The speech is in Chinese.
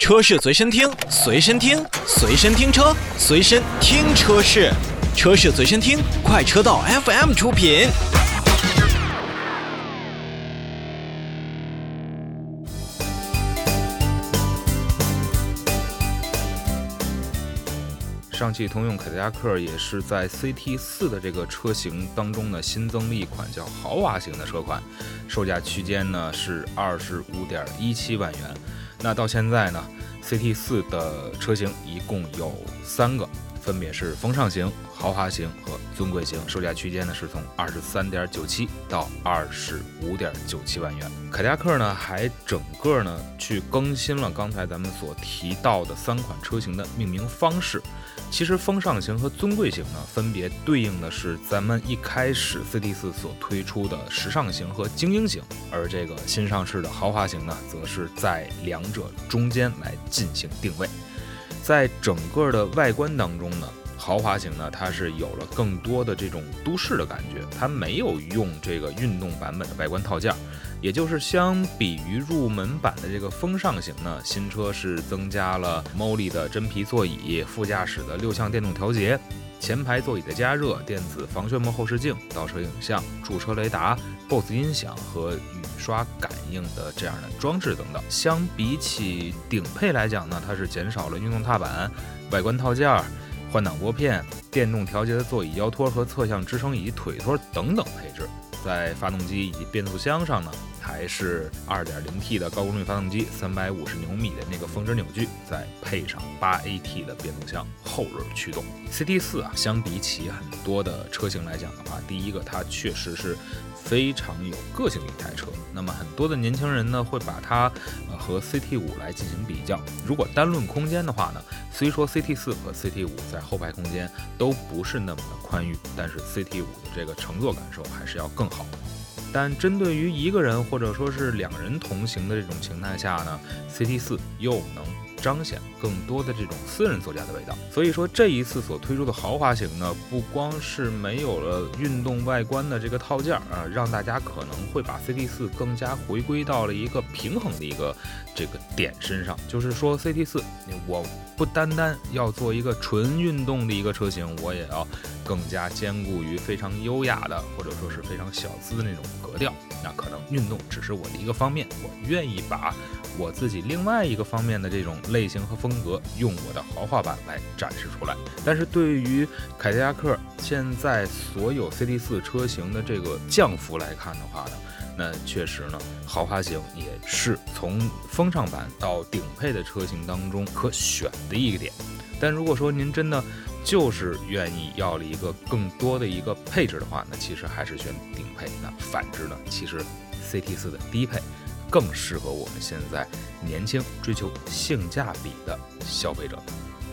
车是随身听，随身听，随身听车，随身听车是，车是随身听，快车道 FM 出品。 上汽通用凯迪拉克也是在 CT4 的这个车型当中呢，新增了一款叫豪华型的车款，售价区间呢是25.17万元。那到现在呢 ，CT4 的车型一共有3个，分别是风尚型、豪华型和尊贵型，售价区间呢是从23.97到25.97万元。凯迪拉克呢还整个呢去更新了刚才咱们所提到的3款车型的命名方式。其实风尚型和尊贵型呢，分别对应的是咱们一开始 CT4 所推出的时尚型和精英型，而这个新上市的豪华型呢，则是在两者中间来进行定位。在整个的外观当中呢，豪华型呢，它是有了更多的这种都市的感觉，它没有用这个运动版本的外观套件，也就是相比于入门版的这个风尚型呢，新车是增加了 MOLLE 的真皮座椅，副驾驶的6项电动调节，前排座椅的加热，电子防眩目后视镜，倒车影像，驻车雷达， BOSE 音响和雨刷感应的这样的装置等等。相比起顶配来讲呢，它是减少了运动踏板、外观套件、换挡拨片、电动调节的座椅腰托和侧向支撑椅、腿托等等配置。在发动机以及变速箱上呢，还是 2.0T 的高功率发动机，350牛米的那个峰值扭矩，再配上 8AT 的变速箱后轮驱动。CT4 啊，相比起很多的车型来讲的话，第一个它确实是非常有个性的一台车。那么很多的年轻人呢，会把它和 CT5 来进行比较。如果单论空间的话呢，虽说 CT4 和 CT5 在后排空间都不是那么的宽裕，但是 CT5 的这个乘坐感受还是要更好。但针对于一个人或者说是2人同行的这种情态下呢， CT4 又能彰显更多的这种私人座驾的味道。所以说这一次所推出的豪华型呢，不光是没有了运动外观的这个套件让大家可能会把 CT4 更加回归到了一个平衡的一个这个点身上。就是说 CT4 我不单单要做一个纯运动的一个车型，我也要更加兼顾于非常优雅的或者说是非常小资的那种格调。那可能运动只是我的一个方面，我愿意把我自己另外一个方面的这种类型和风格用我的豪华版来展示出来。但是对于凯迪拉克现在所有 CT4 车型的这个降幅来看的话呢，那确实呢，豪华型也是从风尚版到顶配的车型当中可选的一个点。但如果说您真的就是愿意要了一个更多的一个配置的话，那其实还是选顶配。那反之呢，其实 CT4 的低配更适合我们现在年轻追求性价比的消费者。